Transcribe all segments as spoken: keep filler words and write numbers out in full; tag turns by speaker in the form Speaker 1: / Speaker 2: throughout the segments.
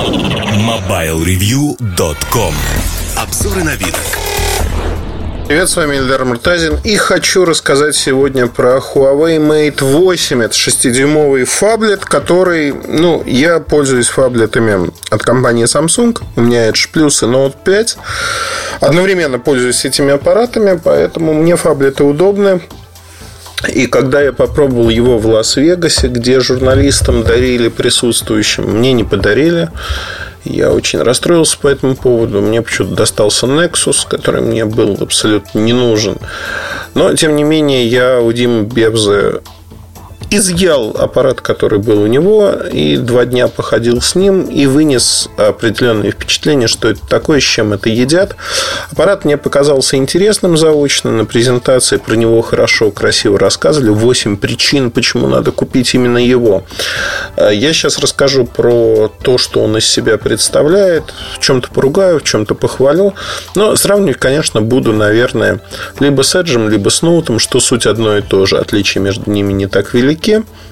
Speaker 1: мобайл ревью точка ком. Обзоры новинок.
Speaker 2: Привет, с вами Эльдар Муртазин. И хочу рассказать сегодня про Huawei Mate восемь. Это шестидюймовый фаблет, который... Ну, я пользуюсь фаблетами от компании Samsung. У меня Edge Plus и Note пять. Одновременно пользуюсь этими аппаратами, поэтому мне фаблеты удобны. И когда я попробовал его в Лас-Вегасе, где журналистам дарили присутствующим, мне не подарили. Я очень расстроился по этому поводу. Мне почему-то достался Nexus, который мне был абсолютно не нужен. Но, тем не менее, я у Димы Бевза изъял аппарат, который был у него, и два дня походил с ним, и вынес определенные впечатления, что это такое, с чем это едят. Аппарат мне показался интересным заочно. На презентации про него хорошо, красиво рассказывали. восемь причин, почему надо купить именно его. Я сейчас расскажу про то, что он из себя представляет. В чем-то поругаю, в чем-то похвалю. Но сравнивать, конечно, буду, наверное, либо с Edge, либо с Note, что суть одно и то же. Отличия между ними не так велики.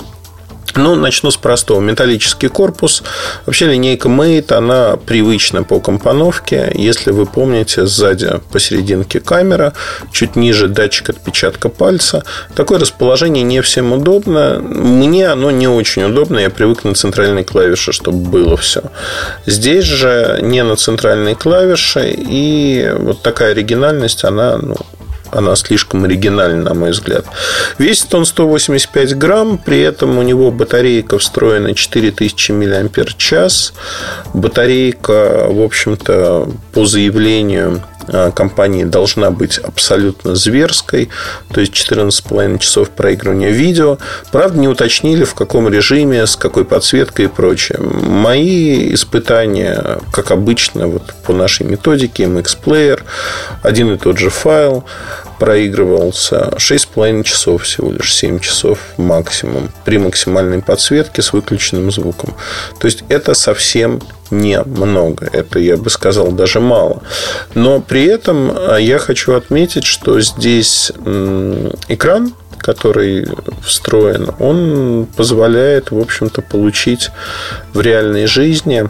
Speaker 2: Ну, начну с простого. Металлический корпус. Вообще линейка Mate, она привычна по компоновке. Если вы помните, сзади посерединке камера, чуть ниже датчик отпечатка пальца. Такое расположение не всем удобно. Мне оно не очень удобно. Я привык на центральной клавише, чтобы было все. Здесь же не на центральной клавише. И вот такая оригинальность, она, ну, она слишком оригинальна, на мой взгляд. Весит он сто восемьдесят пять грамм. При этом у него батарейка встроена четыре тысячи миллиампер-час. Батарейка, в общем-то, по заявлению компании должна быть абсолютно зверской. То есть четырнадцать с половиной часов проигрывания видео. Правда, не уточнили, в каком режиме, с какой подсветкой и прочее. Мои испытания, как обычно, вот по нашей методике эм икс Player, один и тот же файл проигрывался шесть с половиной часов всего лишь, семь часов максимум, при максимальной подсветке с выключенным звуком. То есть это совсем немного. Это, я бы сказал, даже мало. Но при этом я хочу отметить, что здесь экран, который встроен, он позволяет, в общем-то, получить в реальной жизни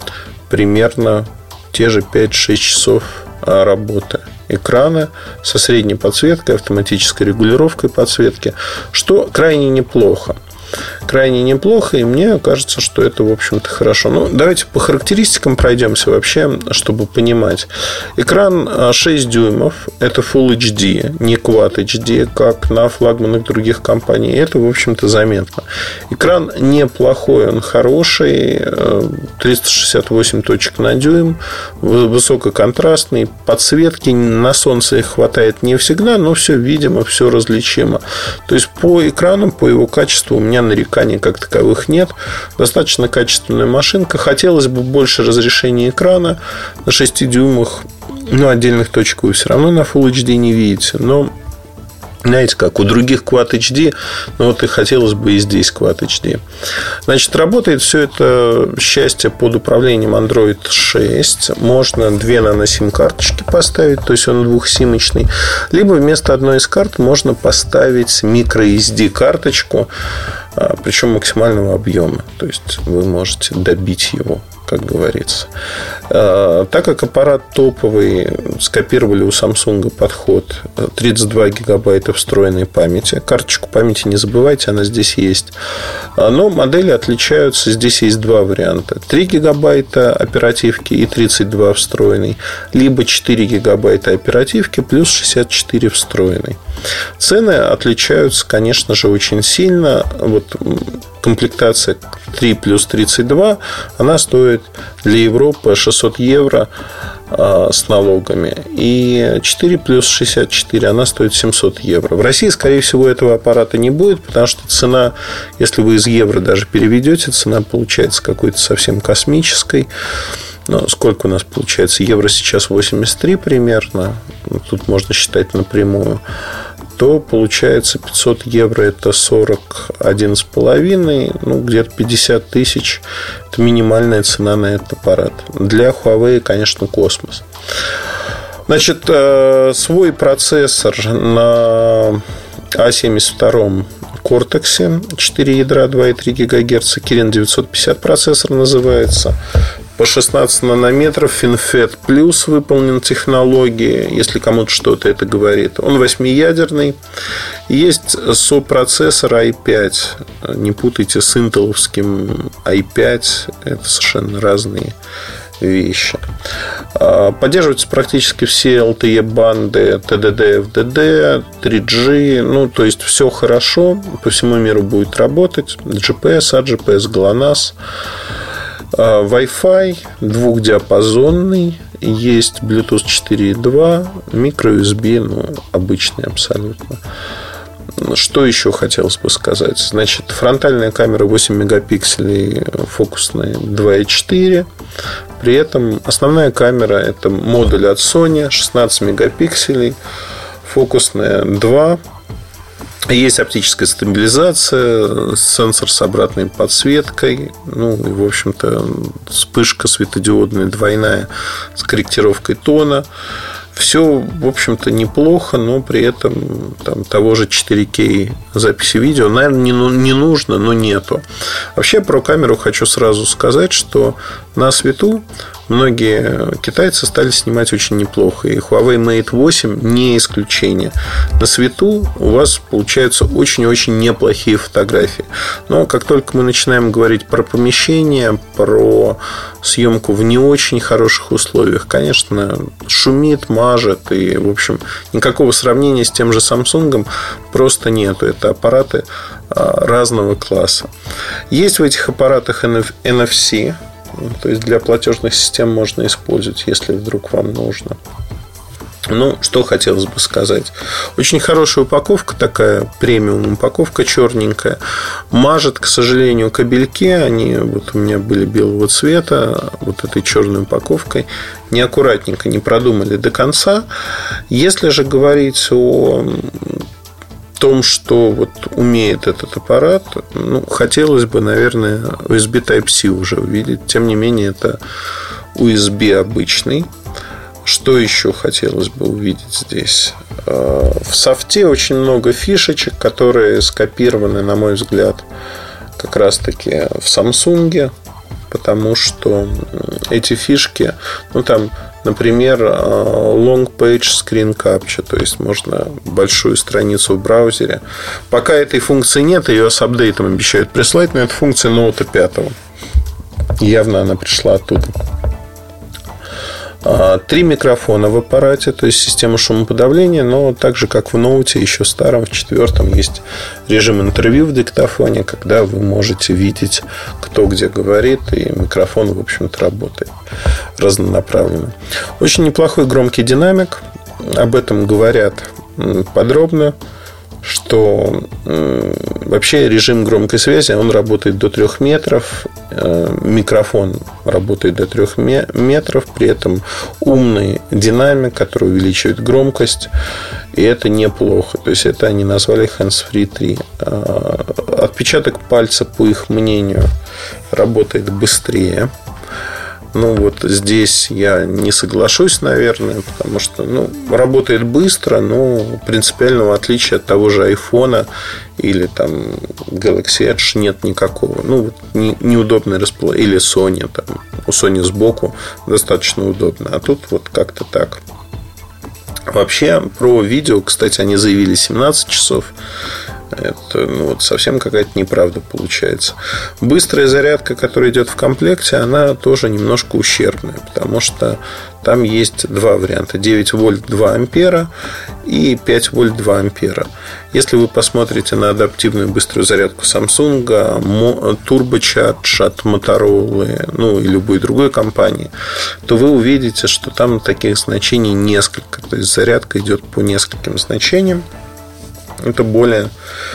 Speaker 2: примерно те же пять-шесть часов работы экрана со средней подсветкой, автоматической регулировкой подсветки, что крайне неплохо. Крайне неплохо, и мне кажется, что это, в общем-то, хорошо. Ну, давайте по характеристикам пройдемся вообще, чтобы понимать. Экран шесть дюймов, это Full эйч ди, не Quad эйч ди, как на флагманах других компаний. Это, в общем-то, заметно. Экран неплохой, он хороший, триста шестьдесят восемь точек на дюйм, высококонтрастный, подсветки на солнце их хватает не всегда, но все видимо, все различимо. То есть по экрану, по его качеству у меня нареканий как таковых нет. Достаточно качественная машинка. Хотелось бы больше разрешения экрана. На шести дюймах, ну, отдельных точек вы все равно на Full эйч ди не видите. Но, знаете как, у других Quad эйч ди, ну вот и хотелось бы и здесь Quad эйч ди. Значит, работает все это счастье под управлением Android шесть. Можно две нано-сим-карточки поставить, то есть он двухсимочный. Либо вместо одной из карт можно поставить microэс ди-карточку, причем максимального объема. То есть вы можете добить его, как говорится. Так как аппарат топовый, скопировали у Samsung подход тридцать два гигабайта встроенной памяти. Карточку памяти не забывайте, она здесь есть. Но модели отличаются. Здесь есть два варианта: три гигабайта оперативки и тридцать два встроенной, либо четыре гигабайта оперативки плюс шестьдесят четыре встроенной. Цены отличаются, конечно же, очень сильно. Вот комплектация три плюс тридцать два, она стоит для Европы шестьсот евро а, с налогами. И четыре плюс шестьдесят четыре, она стоит семьсот евро. В России, скорее всего, этого аппарата не будет, потому что цена, если вы из евро даже переведете, цена получается какой-то совсем космической. Но сколько у нас получается? Евро сейчас восемьдесят три примерно. Тут можно считать напрямую. То получается пятьсот евро, это сорок один с половиной, ну, где-то пятьдесят тысяч. Это минимальная цена на этот аппарат. Для Huawei, конечно, космос. Значит, свой процессор на а семьдесят два Cortex, четыре ядра, два и три гигагерца, Kirin девятьсот пятьдесят процессор называется. по шестнадцать нанометров, FinFET Plus выполнен технологии, если кому-то что-то это говорит. Он восьмиядерный. Есть сопроцессор ай пять. Не путайте с интеловским ай пять. Это совершенно разные вещи. Поддерживаются практически все эл ти и-банды, ти ди ди, эф ди ди, три джи. Ну, то есть, все хорошо. По всему миру будет работать. джи пи эс, эй джи пи эс, GLONASS. Wi-Fi двухдиапазонный. Есть Bluetooth четыре и два, micro-ю эс би, ну, обычный абсолютно. Что еще хотелось бы сказать? Значит, фронтальная камера восемь мегапикселей, фокусная два и четыре. При этом основная камера — это модуль от Sony, шестнадцать мегапикселей, фокусная два. Есть оптическая стабилизация, сенсор с обратной подсветкой. Ну, и, в общем-то, вспышка светодиодная двойная с корректировкой тона. Все, в общем-то, неплохо, но при этом там, того же четыре кей записи видео, наверное, не, не нужно, но нету. Вообще, про камеру хочу сразу сказать, что на свету многие китайцы стали снимать очень неплохо. И Huawei Mate восемь не исключение. На свету у вас получаются очень-очень неплохие фотографии. Но как только мы начинаем говорить про помещение, про съемку в не очень хороших условиях, конечно, шумит, мажет. И, в общем, никакого сравнения с тем же Samsung просто нету. Это аппараты разного класса. Есть в этих аппаратах эн эф си. То есть для платежных систем можно использовать, если вдруг вам нужно. Ну, что хотелось бы сказать. Очень хорошая упаковка, такая премиум упаковка, черненькая. Мажет, к сожалению, кабельки. Они вот у меня были белого цвета. Вот этой черной упаковкой. Неаккуратненько, не продумали до конца. Если же говорить о том, что вот умеет этот аппарат, ну, хотелось бы, наверное, ю эс би Type-C уже увидеть. Тем не менее, это ю эс би обычный. Что еще хотелось бы увидеть здесь? В софте очень много фишечек, которые скопированы, на мой взгляд, как раз-таки в Samsung, потому что эти фишки, ну, там, например, Long Page Screen Capture, то есть можно большую страницу в браузере. Пока этой функции нет, ее с апдейтом обещают прислать, но это функция ноута пятого. Явно она пришла оттуда. Три микрофона в аппарате, то есть система шумоподавления, но так же, как в ноуте, еще старом, в четвертом, есть режим интервью в диктофоне, когда вы можете видеть, кто где говорит, и микрофон, в общем-то, работает разнонаправленно. Очень неплохой громкий динамик. Об этом говорят подробно, что э, вообще режим громкой связи, он работает до трех метров, э, микрофон работает до трех метров, при этом умный динамик, который увеличивает громкость, и это неплохо. То есть это они назвали Hands-Free три. Э, отпечаток пальца, по их мнению, работает быстрее. Ну, вот здесь я не соглашусь, наверное, потому что, ну, работает быстро, но принципиального отличия от того же айфона или там Galaxy Edge нет никакого. Ну, вот не, неудобно расположение. Или Sony, там, у Sony сбоку достаточно удобно. А тут вот как-то так. Вообще, про видео, кстати, они заявили семнадцать часов. Это, ну, вот совсем какая-то неправда получается. Быстрая зарядка, которая идет в комплекте, она тоже немножко ущербная, потому что там есть два варианта: девять вольт два ампера и пять вольт два ампера. Если вы посмотрите на адаптивную быструю зарядку Samsung, Turbocharge от Motorola, ну и любой другой компании, то вы увидите, что там таких значений несколько. То есть зарядка идет по нескольким значениям. Это более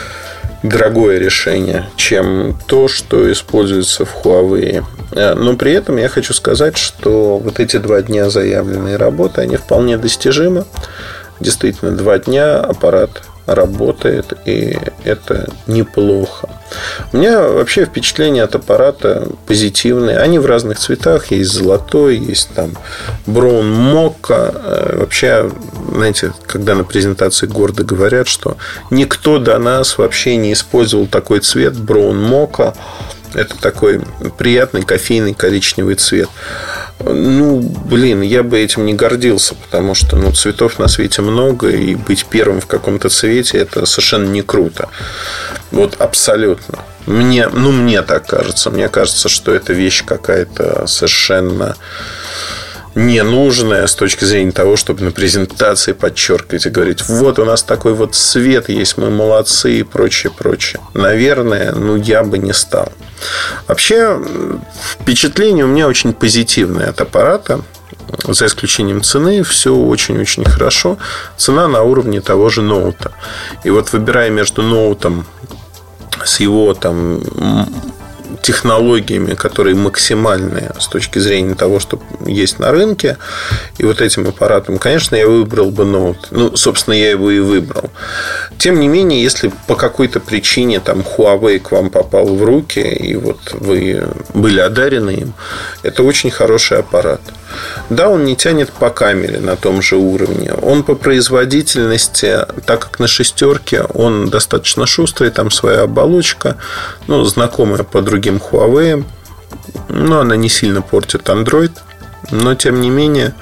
Speaker 2: дорогое решение, чем то, что используется в Huawei. Но при этом я хочу сказать, что вот эти два дня заявленной работы, они вполне достижимы. Действительно, два дня аппарат работает, и это неплохо. У меня вообще впечатление от аппарата позитивные. Они в разных цветах. Есть золотой, есть там браун мокка. Вообще, знаете, когда на презентации гордо говорят, что никто до нас вообще не использовал такой цвет браун мокка. Это такой приятный кофейный коричневый цвет. Ну, блин, я бы этим не гордился, потому что ну, цветов на свете много, и быть первым в каком-то цвете – это совершенно не круто. Вот абсолютно. Мне, ну, мне так кажется. Мне кажется, что эта вещь какая-то совершенно ненужная с точки зрения того, чтобы на презентации подчеркивать и говорить: вот у нас такой вот цвет есть, мы молодцы и прочее, прочее. Наверное, ну, я бы не стал. Вообще, впечатление у меня очень позитивное от аппарата. За исключением цены, все очень-очень хорошо. Цена на уровне того же ноута. И вот выбирая между ноутом с его там технологиями, которые максимальные с точки зрения того, что есть на рынке, и вот этим аппаратом, конечно, я выбрал бы ноут. Ну, собственно, я его и выбрал. Тем не менее, если по какой-то причине там Huawei к вам попал в руки, и вот вы были одарены им, это очень хороший аппарат. Да, он не тянет по камере на том же уровне. Он по производительности, так как на шестерке, он достаточно шустрый, там своя оболочка, ну, знакомая по другим Huawei. Но она не сильно портит Android. Но, тем не менее,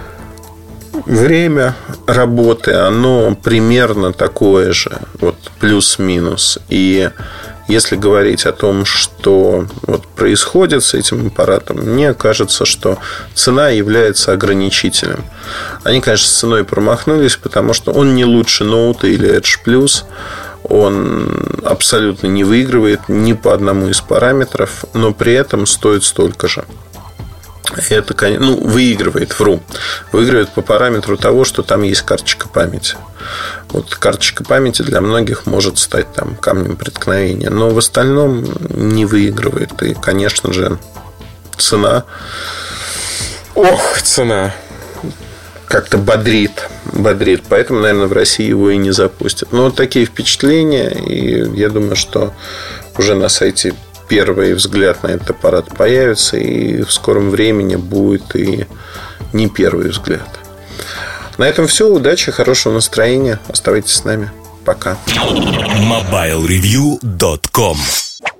Speaker 2: время работы, оно примерно такое же, вот плюс-минус. И если говорить о том, что вот происходит с этим аппаратом, мне кажется, что цена является ограничителем. Они, конечно, с ценой промахнулись, потому что он не лучше ноута или Edge Plus. Он абсолютно не выигрывает ни по одному из параметров, но при этом стоит столько же. Это, ну, выигрывает, вру. Выигрывает по параметру того, что там есть карточка памяти. Вот карточка памяти для многих может стать там камнем преткновения, но в остальном не выигрывает. И, конечно же, цена. Ох, цена как-то бодрит. Бодрит. Поэтому, наверное, в России его и не запустят. Но вот такие впечатления. И я думаю, что уже на сайте первый взгляд на этот аппарат появится, и в скором времени будет и не первый взгляд. На этом все. Удачи, хорошего настроения. Оставайтесь с нами. Пока.
Speaker 1: мобайл ревью точка ком